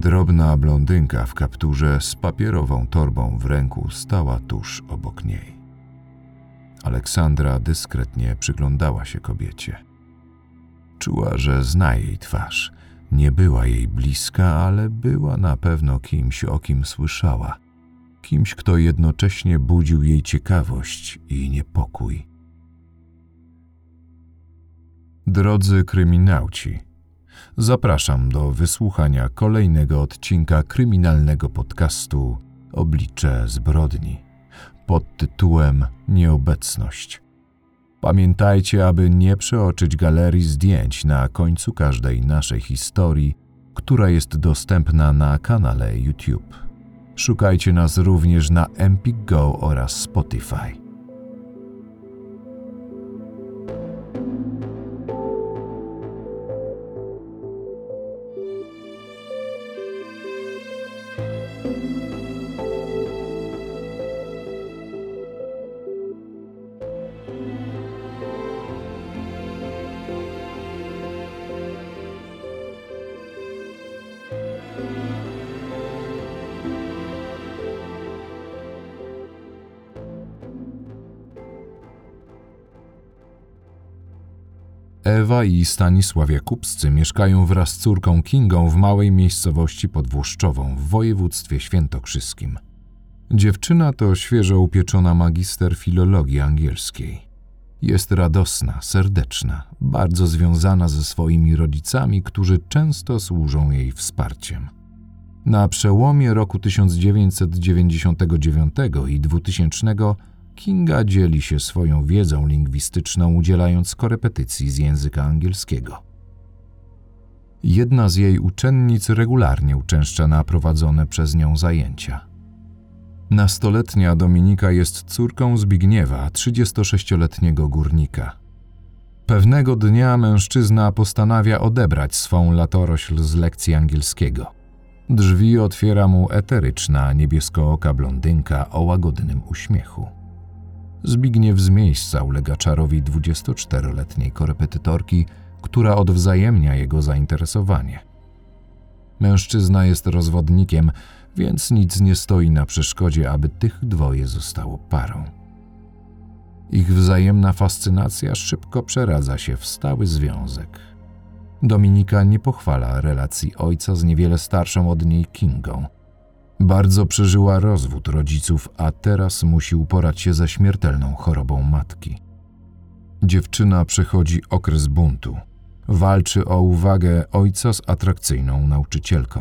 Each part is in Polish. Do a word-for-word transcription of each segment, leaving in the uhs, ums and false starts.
Drobna blondynka w kapturze z papierową torbą w ręku stała tuż obok niej. Aleksandra dyskretnie przyglądała się kobiecie. Czuła, że zna jej twarz. Nie była jej bliska, ale była na pewno kimś, o kim słyszała. Kimś, kto jednocześnie budził jej ciekawość i niepokój. Drodzy kryminauci, zapraszam do wysłuchania kolejnego odcinka kryminalnego podcastu Oblicze zbrodni pod tytułem Nieobecność. Pamiętajcie, aby nie przeoczyć galerii zdjęć na końcu każdej naszej historii, która jest dostępna na kanale YouTube. Szukajcie nas również na Empik Go oraz Spotify. Ewa i Stanisław Jakubscy mieszkają wraz z córką Kingą w małej miejscowości pod Włoszczową w województwie świętokrzyskim. Dziewczyna to świeżo upieczona magister filologii angielskiej. Jest radosna, serdeczna, bardzo związana ze swoimi rodzicami, którzy często służą jej wsparciem. Na przełomie roku tysiąc dziewięćset dziewięćdziesiątego dziewiątego i dwutysięcznego Kinga dzieli się swoją wiedzą lingwistyczną, udzielając korepetycji z języka angielskiego. Jedna z jej uczennic regularnie uczęszcza na prowadzone przez nią zajęcia. Nastoletnia Dominika jest córką Zbigniewa, trzydziestosześcioletniego górnika. Pewnego dnia mężczyzna postanawia odebrać swą latorośl z lekcji angielskiego. Drzwi otwiera mu eteryczna, niebieskooka blondynka o łagodnym uśmiechu. Zbigniew z miejsca ulega czarowi dwudziestoczteroletniej korepetytorki, która odwzajemnia jego zainteresowanie. Mężczyzna jest rozwodnikiem, więc nic nie stoi na przeszkodzie, aby tych dwoje zostało parą. Ich wzajemna fascynacja szybko przeradza się w stały związek. Dominika nie pochwala relacji ojca z niewiele starszą od niej Kingą. Bardzo przeżyła rozwód rodziców, a teraz musi uporać się ze śmiertelną chorobą matki. Dziewczyna przechodzi okres buntu. Walczy o uwagę ojca z atrakcyjną nauczycielką.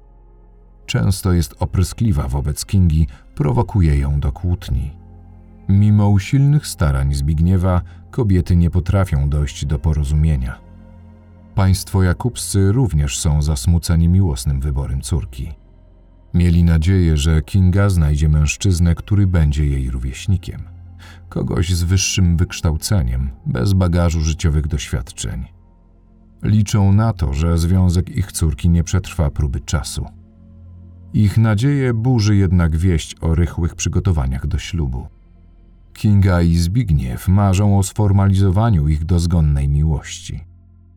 Często jest opryskliwa wobec Kingi, prowokuje ją do kłótni. Mimo usilnych starań Zbigniewa, kobiety nie potrafią dojść do porozumienia. Państwo Jakubscy również są zasmuceni miłosnym wyborem córki. Mieli nadzieję, że Kinga znajdzie mężczyznę, który będzie jej rówieśnikiem. Kogoś z wyższym wykształceniem, bez bagażu życiowych doświadczeń. Liczą na to, że związek ich córki nie przetrwa próby czasu. Ich nadzieję burzy jednak wieść o rychłych przygotowaniach do ślubu. Kinga i Zbigniew marzą o sformalizowaniu ich dozgonnej miłości.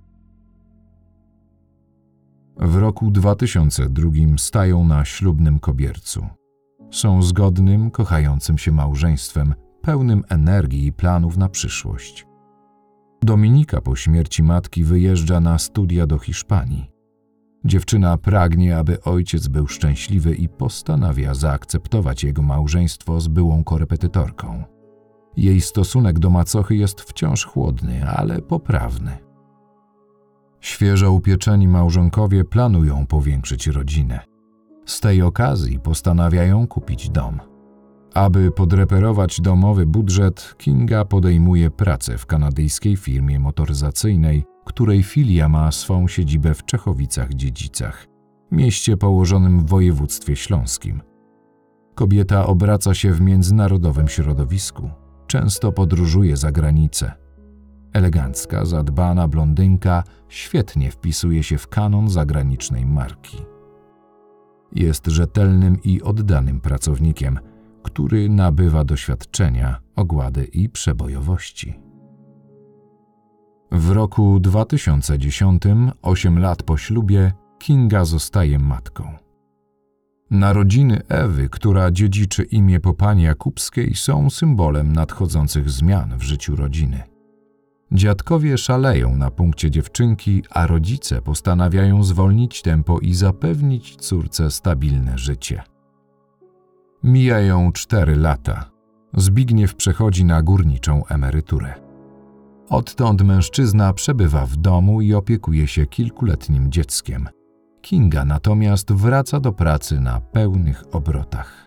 W roku dwa tysiące drugim stają na ślubnym kobiercu. Są zgodnym, kochającym się małżeństwem, pełnym energii i planów na przyszłość. Dominika po śmierci matki wyjeżdża na studia do Hiszpanii. Dziewczyna pragnie, aby ojciec był szczęśliwy i postanawia zaakceptować jego małżeństwo z byłą korepetytorką. Jej stosunek do macochy jest wciąż chłodny, ale poprawny. Świeżo upieczeni małżonkowie planują powiększyć rodzinę. Z tej okazji postanawiają kupić dom. Aby podreperować domowy budżet, Kinga podejmuje pracę w kanadyjskiej firmie motoryzacyjnej, której filia ma swą siedzibę w Czechowicach-Dziedzicach, mieście położonym w województwie śląskim. Kobieta obraca się w międzynarodowym środowisku, często podróżuje za granicę. Elegancka, zadbana blondynka świetnie wpisuje się w kanon zagranicznej marki. Jest rzetelnym i oddanym pracownikiem, który nabywa doświadczenia, ogłady i przebojowości. W roku dwa tysiące dziesiątym, osiem lat po ślubie, Kinga zostaje matką. Narodziny Ewy, która dziedziczy imię po pani Jakubskiej, są symbolem nadchodzących zmian w życiu rodziny. Dziadkowie szaleją na punkcie dziewczynki, a rodzice postanawiają zwolnić tempo i zapewnić córce stabilne życie. Mijają cztery lata. Zbigniew przechodzi na górniczą emeryturę. Odtąd mężczyzna przebywa w domu i opiekuje się kilkuletnim dzieckiem. Kinga natomiast wraca do pracy na pełnych obrotach.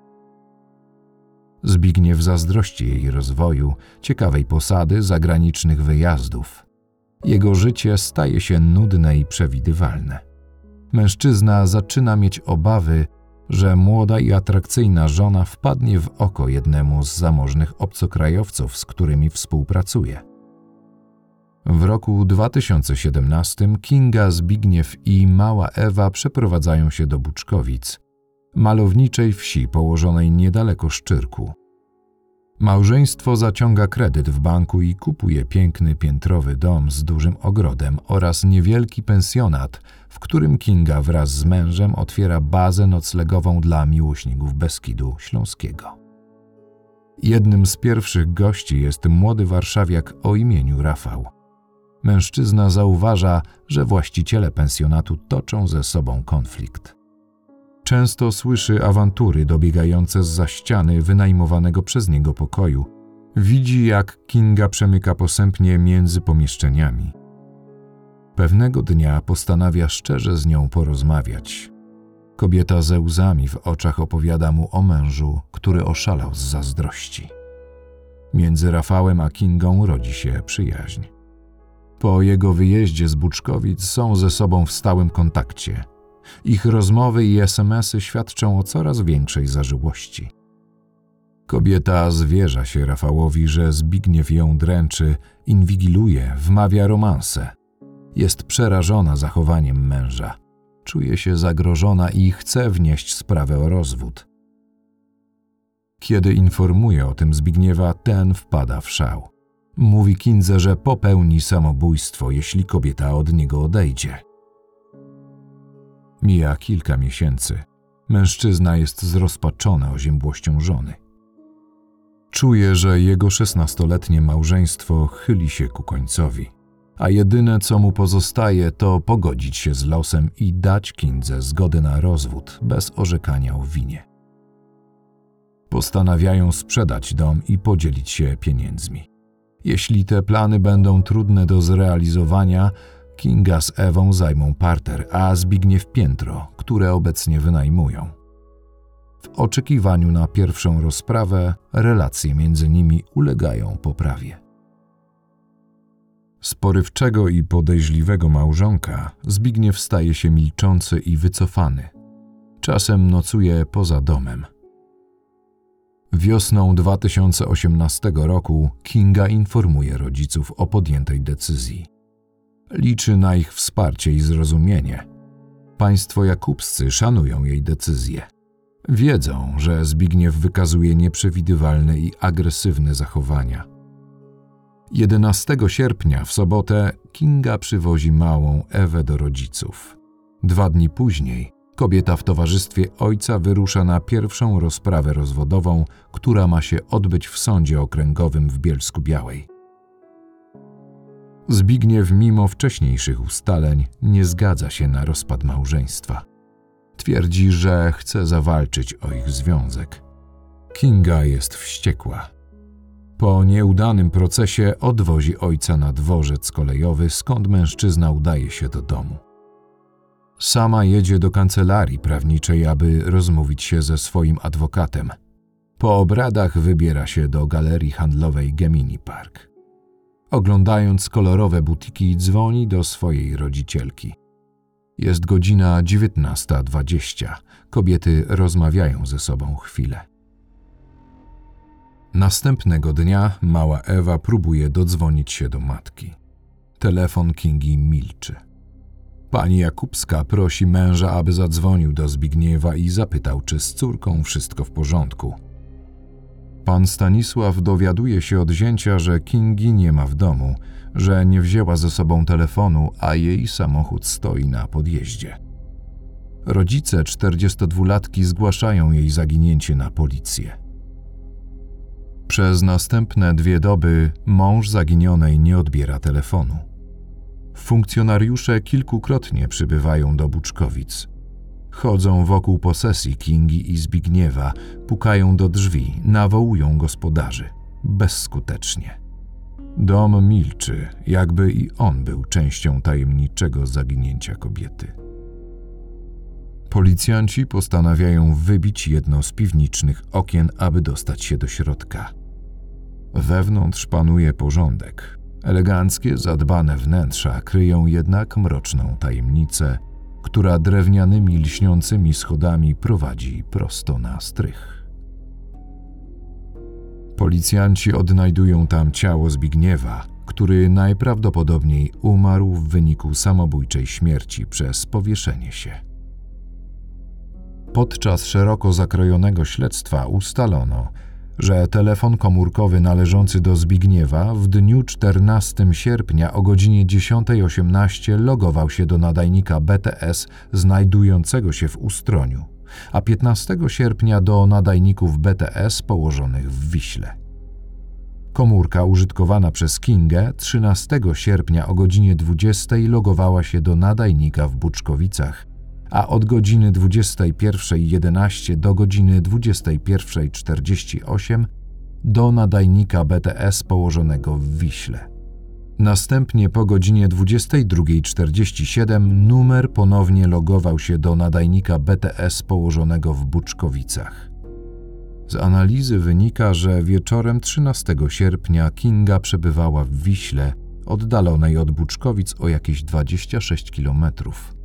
Zbigniew zazdrości jej rozwoju, ciekawej posady, zagranicznych wyjazdów. Jego życie staje się nudne i przewidywalne. Mężczyzna zaczyna mieć obawy, że młoda i atrakcyjna żona wpadnie w oko jednemu z zamożnych obcokrajowców, z którymi współpracuje. W roku dwa tysiące siedemnastym Kinga, Zbigniew i mała Ewa przeprowadzają się do Buczkowic, malowniczej wsi położonej niedaleko Szczyrku. Małżeństwo zaciąga kredyt w banku i kupuje piękny piętrowy dom z dużym ogrodem oraz niewielki pensjonat, w którym Kinga wraz z mężem otwiera bazę noclegową dla miłośników Beskidu Śląskiego. Jednym z pierwszych gości jest młody warszawiak o imieniu Rafał. Mężczyzna zauważa, że właściciele pensjonatu toczą ze sobą konflikt. Często słyszy awantury dobiegające zza ściany wynajmowanego przez niego pokoju. Widzi, jak Kinga przemyka posępnie między pomieszczeniami. Pewnego dnia postanawia szczerze z nią porozmawiać. Kobieta ze łzami w oczach opowiada mu o mężu, który oszalał z zazdrości. Między Rafałem a Kingą rodzi się przyjaźń. Po jego wyjeździe z Buczkowic są ze sobą w stałym kontakcie. Ich rozmowy i es em esy świadczą o coraz większej zażyłości. Kobieta zwierza się Rafałowi, że Zbigniew ją dręczy, inwigiluje, wmawia romanse. Jest przerażona zachowaniem męża. Czuje się zagrożona i chce wnieść sprawę o rozwód. Kiedy informuje o tym Zbigniewa, ten wpada w szał. Mówi Kindze, że popełni samobójstwo, jeśli kobieta od niego odejdzie. Mija kilka miesięcy. Mężczyzna jest zrozpaczony oziębłością żony. Czuje, że jego szesnastoletnie małżeństwo chyli się ku końcowi, a jedyne, co mu pozostaje, to pogodzić się z losem i dać Kindze zgodę na rozwód bez orzekania o winie. Postanawiają sprzedać dom i podzielić się pieniędzmi. Jeśli te plany będą trudne do zrealizowania, Kinga z Ewą zajmą parter, a Zbigniew piętro, które obecnie wynajmują. W oczekiwaniu na pierwszą rozprawę relacje między nimi ulegają poprawie. Z porywczego i podejrzliwego małżonka Zbigniew staje się milczący i wycofany. Czasem nocuje poza domem. Wiosną dwa tysiące osiemnastego roku Kinga informuje rodziców o podjętej decyzji. Liczy na ich wsparcie i zrozumienie. Państwo jakubscy szanują jej decyzję. Wiedzą, że Zbigniew wykazuje nieprzewidywalne i agresywne zachowania. jedenastego sierpnia w sobotę Kinga przywozi małą Ewę do rodziców. Dwa dni później kobieta w towarzystwie ojca wyrusza na pierwszą rozprawę rozwodową, która ma się odbyć w sądzie okręgowym w Bielsku-Białej. Zbigniew mimo wcześniejszych ustaleń nie zgadza się na rozpad małżeństwa. Twierdzi, że chce zawalczyć o ich związek. Kinga jest wściekła. Po nieudanym procesie odwozi ojca na dworzec kolejowy, skąd mężczyzna udaje się do domu. Sama jedzie do kancelarii prawniczej, aby rozmówić się ze swoim adwokatem. Po obradach wybiera się do galerii handlowej Gemini Park. Oglądając kolorowe butiki, dzwoni do swojej rodzicielki. Jest godzina dziewiętnasta dwadzieścia. Kobiety rozmawiają ze sobą chwilę. Następnego dnia mała Ewa próbuje dodzwonić się do matki. Telefon Kingi milczy. Pani Jakubska prosi męża, aby zadzwonił do Zbigniewa i zapytał, czy z córką wszystko w porządku. Pan Stanisław dowiaduje się od zięcia, że Kingi nie ma w domu, że nie wzięła ze sobą telefonu, a jej samochód stoi na podjeździe. Rodzice czterdziestodwulatki zgłaszają jej zaginięcie na policję. Przez następne dwie doby mąż zaginionej nie odbiera telefonu. Funkcjonariusze kilkukrotnie przybywają do Buczkowic. Chodzą wokół posesji Kingi i Zbigniewa, pukają do drzwi, nawołują gospodarzy. Bezskutecznie. Dom milczy, jakby i on był częścią tajemniczego zaginięcia kobiety. Policjanci postanawiają wybić jedno z piwniczych okien, aby dostać się do środka. Wewnątrz panuje porządek. Eleganckie, zadbane wnętrza kryją jednak mroczną tajemnicę, która drewnianymi, lśniącymi schodami prowadzi prosto na strych. Policjanci odnajdują tam ciało Zbigniewa, który najprawdopodobniej umarł w wyniku samobójczej śmierci przez powieszenie się. Podczas szeroko zakrojonego śledztwa ustalono, że telefon komórkowy należący do Zbigniewa w dniu czternastego sierpnia o godzinie dziesiąta osiemnaście logował się do nadajnika B T S znajdującego się w Ustroniu, a piętnastego sierpnia do nadajników B T S położonych w Wiśle. Komórka użytkowana przez Kingę trzynastego sierpnia o godzinie dwudziestej logowała się do nadajnika w Buczkowicach, a od godziny dwudziestej pierwszej jedenaście do godziny dwudziestej pierwszej czterdzieści osiem do nadajnika B T S położonego w Wiśle. Następnie po godzinie dwudziestej drugiej czterdzieści siedem numer ponownie logował się do nadajnika B T S położonego w Buczkowicach. Z analizy wynika, że wieczorem trzynastego sierpnia Kinga przebywała w Wiśle, oddalonej od Buczkowic o jakieś dwadzieścia sześć kilometrów.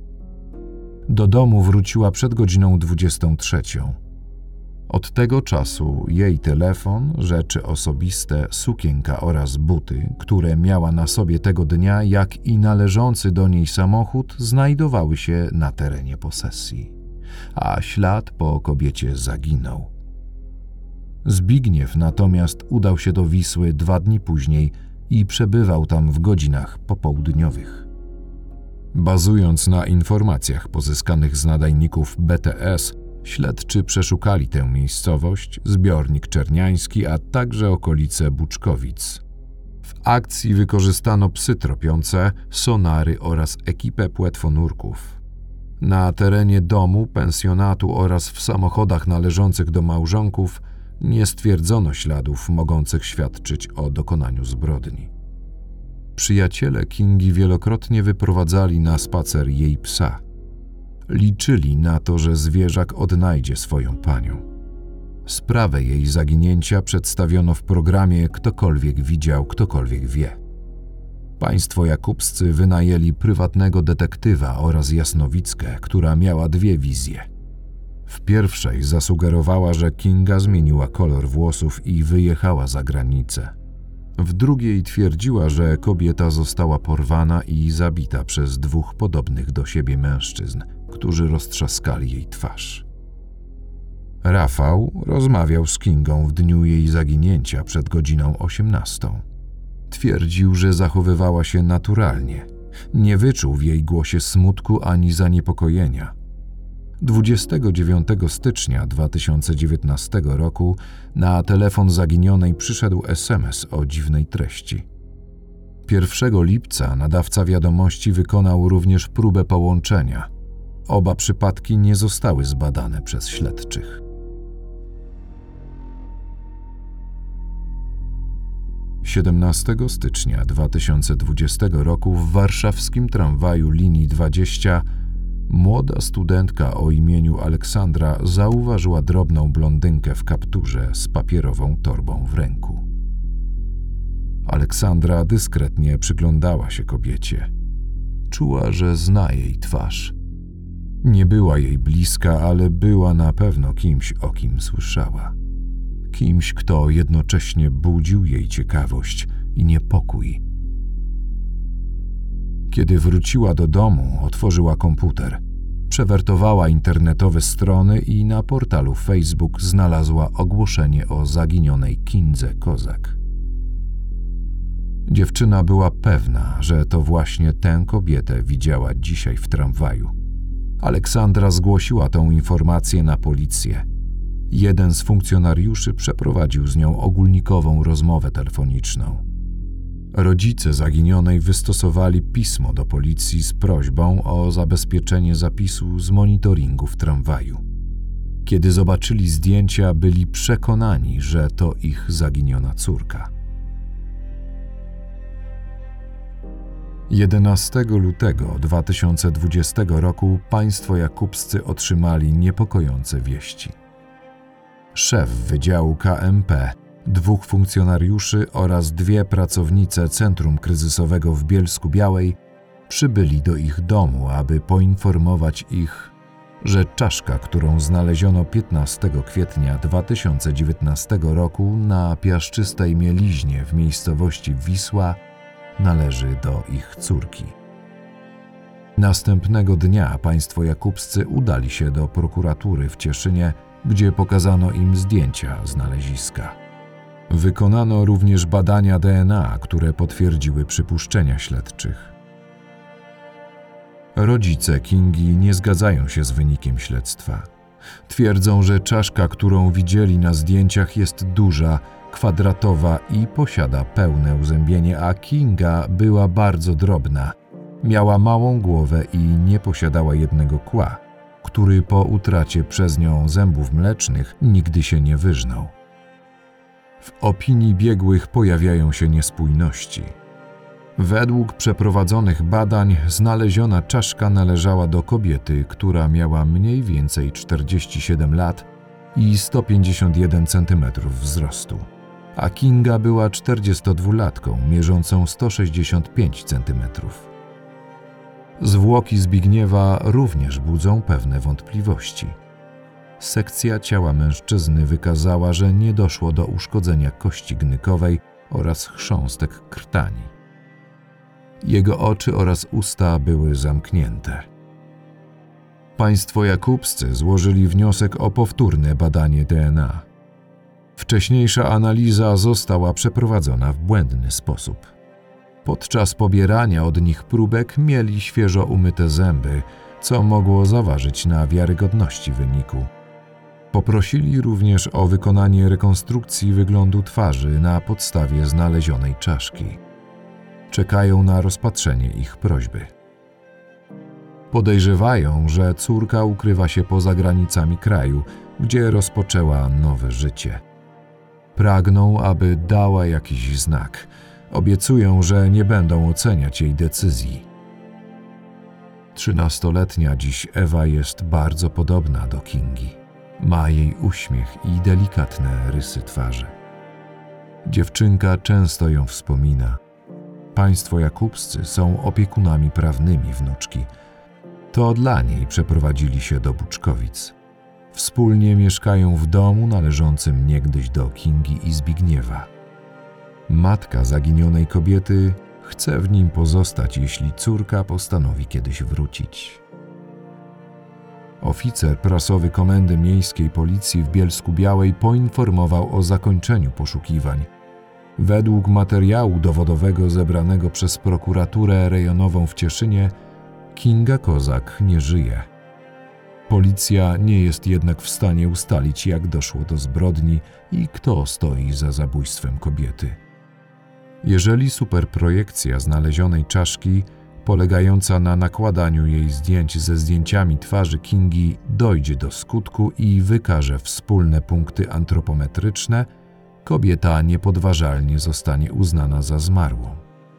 Do domu wróciła przed godziną dwudziestą trzecią. Od tego czasu jej telefon, rzeczy osobiste, sukienka oraz buty, które miała na sobie tego dnia, jak i należący do niej samochód, znajdowały się na terenie posesji, a ślad po kobiecie zaginął. Zbigniew natomiast udał się do Wisły dwa dni później i przebywał tam w godzinach popołudniowych. Bazując na informacjach pozyskanych z nadajników B T S, śledczy przeszukali tę miejscowość, zbiornik Czerniański, a także okolice Buczkowic. W akcji wykorzystano psy tropiące, sonary oraz ekipę płetwonurków. Na terenie domu, pensjonatu oraz w samochodach należących do małżonków nie stwierdzono śladów mogących świadczyć o dokonaniu zbrodni. Przyjaciele Kingi wielokrotnie wyprowadzali na spacer jej psa. Liczyli na to, że zwierzak odnajdzie swoją panią. Sprawę jej zaginięcia przedstawiono w programie Ktokolwiek widział, ktokolwiek wie. Państwo jakubscy wynajęli prywatnego detektywa oraz jasnowickę, która miała dwie wizje. W pierwszej zasugerowała, że Kinga zmieniła kolor włosów i wyjechała za granicę. W drugiej twierdziła, że kobieta została porwana i zabita przez dwóch podobnych do siebie mężczyzn, którzy roztrzaskali jej twarz. Rafał rozmawiał z Kingą w dniu jej zaginięcia przed godziną osiemnastą. Twierdził, że zachowywała się naturalnie. Nie wyczuł w jej głosie smutku ani zaniepokojenia. dwudziestego dziewiątego stycznia dwa tysiące dziewiętnastego roku na telefon zaginionej przyszedł es em es o dziwnej treści. pierwszego lipca nadawca wiadomości wykonał również próbę połączenia. Oba przypadki nie zostały zbadane przez śledczych. siedemnastego stycznia dwa tysiące dwudziestego roku w warszawskim tramwaju linii dwadzieścia młoda studentka o imieniu Aleksandra zauważyła drobną blondynkę w kapturze z papierową torbą w ręku. Aleksandra dyskretnie przyglądała się kobiecie. Czuła, że zna jej twarz. Nie była jej bliska, ale była na pewno kimś, o kim słyszała. Kimś, kto jednocześnie budził jej ciekawość i niepokój. Kiedy wróciła do domu, otworzyła komputer. Przewertowała internetowe strony i na portalu Facebook znalazła ogłoszenie o zaginionej Kindze Kozak. Dziewczyna była pewna, że to właśnie tę kobietę widziała dzisiaj w tramwaju. Aleksandra zgłosiła tą informację na policję. Jeden z funkcjonariuszy przeprowadził z nią ogólnikową rozmowę telefoniczną. Rodzice zaginionej wystosowali pismo do policji z prośbą o zabezpieczenie zapisu z monitoringu w tramwaju. Kiedy zobaczyli zdjęcia, byli przekonani, że to ich zaginiona córka. jedenastego lutego dwa tysiące dwudziestego roku państwo jakubscy otrzymali niepokojące wieści. Szef Wydziału K M P, dwóch funkcjonariuszy oraz dwie pracownice Centrum Kryzysowego w Bielsku-Białej przybyli do ich domu, aby poinformować ich, że czaszka, którą znaleziono piętnastego kwietnia dwa tysiące dziewiętnastego roku na piaszczystej mieliźnie w miejscowości Wisła, należy do ich córki. Następnego dnia państwo jakubscy udali się do prokuratury w Cieszynie, gdzie pokazano im zdjęcia znaleziska. Wykonano również badania D N A, które potwierdziły przypuszczenia śledczych. Rodzice Kingi nie zgadzają się z wynikiem śledztwa. Twierdzą, że czaszka, którą widzieli na zdjęciach, jest duża, kwadratowa i posiada pełne uzębienie, a Kinga była bardzo drobna. Miała małą głowę i nie posiadała jednego kła, który po utracie przez nią zębów mlecznych nigdy się nie wyżnął. W opinii biegłych pojawiają się niespójności. Według przeprowadzonych badań znaleziona czaszka należała do kobiety, która miała mniej więcej czterdzieści siedem lat i sto pięćdziesiąt jeden centymetrów wzrostu, a Kinga była czterdziestodwulatką mierzącą sto sześćdziesiąt pięć centymetrów. Zwłoki Zbigniewa również budzą pewne wątpliwości. Sekcja ciała mężczyzny wykazała, że nie doszło do uszkodzenia kości gnykowej oraz chrząstek krtani. Jego oczy oraz usta były zamknięte. Państwo jakubscy złożyli wniosek o powtórne badanie D N A. Wcześniejsza analiza została przeprowadzona w błędny sposób. Podczas pobierania od nich próbek mieli świeżo umyte zęby, co mogło zaważyć na wiarygodności wyniku. Poprosili również o wykonanie rekonstrukcji wyglądu twarzy na podstawie znalezionej czaszki. Czekają na rozpatrzenie ich prośby. Podejrzewają, że córka ukrywa się poza granicami kraju, gdzie rozpoczęła nowe życie. Pragną, aby dała jakiś znak. Obiecują, że nie będą oceniać jej decyzji. Trzynastoletnia dziś Ewa jest bardzo podobna do Kingi. Ma jej uśmiech i delikatne rysy twarzy. Dziewczynka często ją wspomina. Państwo jakubscy są opiekunami prawnymi wnuczki. To dla niej przeprowadzili się do Buczkowic. Wspólnie mieszkają w domu należącym niegdyś do Kingi i Zbigniewa. Matka zaginionej kobiety chce w nim pozostać, jeśli córka postanowi kiedyś wrócić. Oficer prasowy Komendy Miejskiej Policji w Bielsku-Białej poinformował o zakończeniu poszukiwań. Według materiału dowodowego zebranego przez prokuraturę rejonową w Cieszynie, Kinga Kozak nie żyje. Policja nie jest jednak w stanie ustalić, jak doszło do zbrodni i kto stoi za zabójstwem kobiety. Jeżeli superprojekcja znalezionej czaszki, polegająca na nakładaniu jej zdjęć ze zdjęciami twarzy Kingi, dojdzie do skutku i wykaże wspólne punkty antropometryczne, kobieta niepodważalnie zostanie uznana za zmarłą.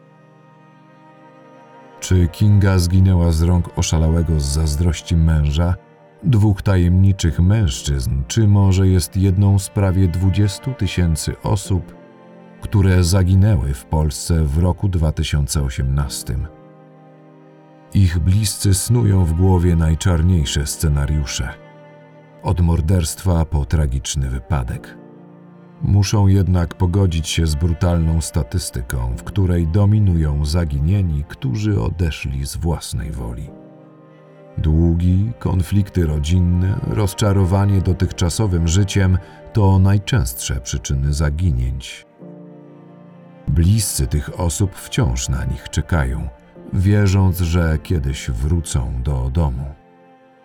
Czy Kinga zginęła z rąk oszalałego z zazdrości męża, dwóch tajemniczych mężczyzn, czy może jest jedną z prawie dwudziestu tysięcy osób, które zaginęły w Polsce w roku dwa tysiące osiemnastym? Ich bliscy snują w głowie najczarniejsze scenariusze. Od morderstwa po tragiczny wypadek. Muszą jednak pogodzić się z brutalną statystyką, w której dominują zaginieni, którzy odeszli z własnej woli. Długi, konflikty rodzinne, rozczarowanie dotychczasowym życiem to najczęstsze przyczyny zaginięć. Bliscy tych osób wciąż na nich czekają, wierząc, że kiedyś wrócą do domu.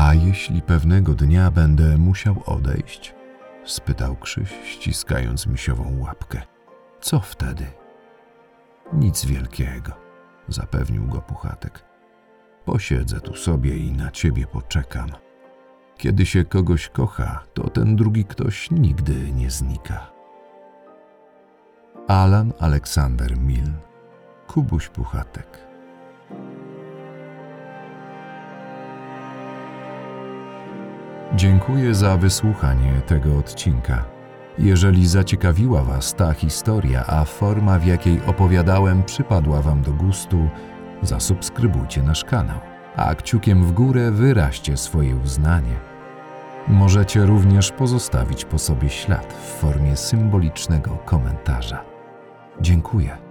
A jeśli pewnego dnia będę musiał odejść? Spytał Krzyś, ściskając misiową łapkę. Co wtedy? Nic wielkiego, zapewnił go Puchatek. Posiedzę tu sobie i na ciebie poczekam. Kiedy się kogoś kocha, to ten drugi ktoś nigdy nie znika. Alan Aleksander Milne, Kubuś Puchatek. Dziękuję za wysłuchanie tego odcinka. Jeżeli zaciekawiła Was ta historia, a forma, w jakiej opowiadałem, przypadła Wam do gustu, zasubskrybujcie nasz kanał, a kciukiem w górę wyraźcie swoje uznanie. Możecie również pozostawić po sobie ślad w formie symbolicznego komentarza. Dziękuję.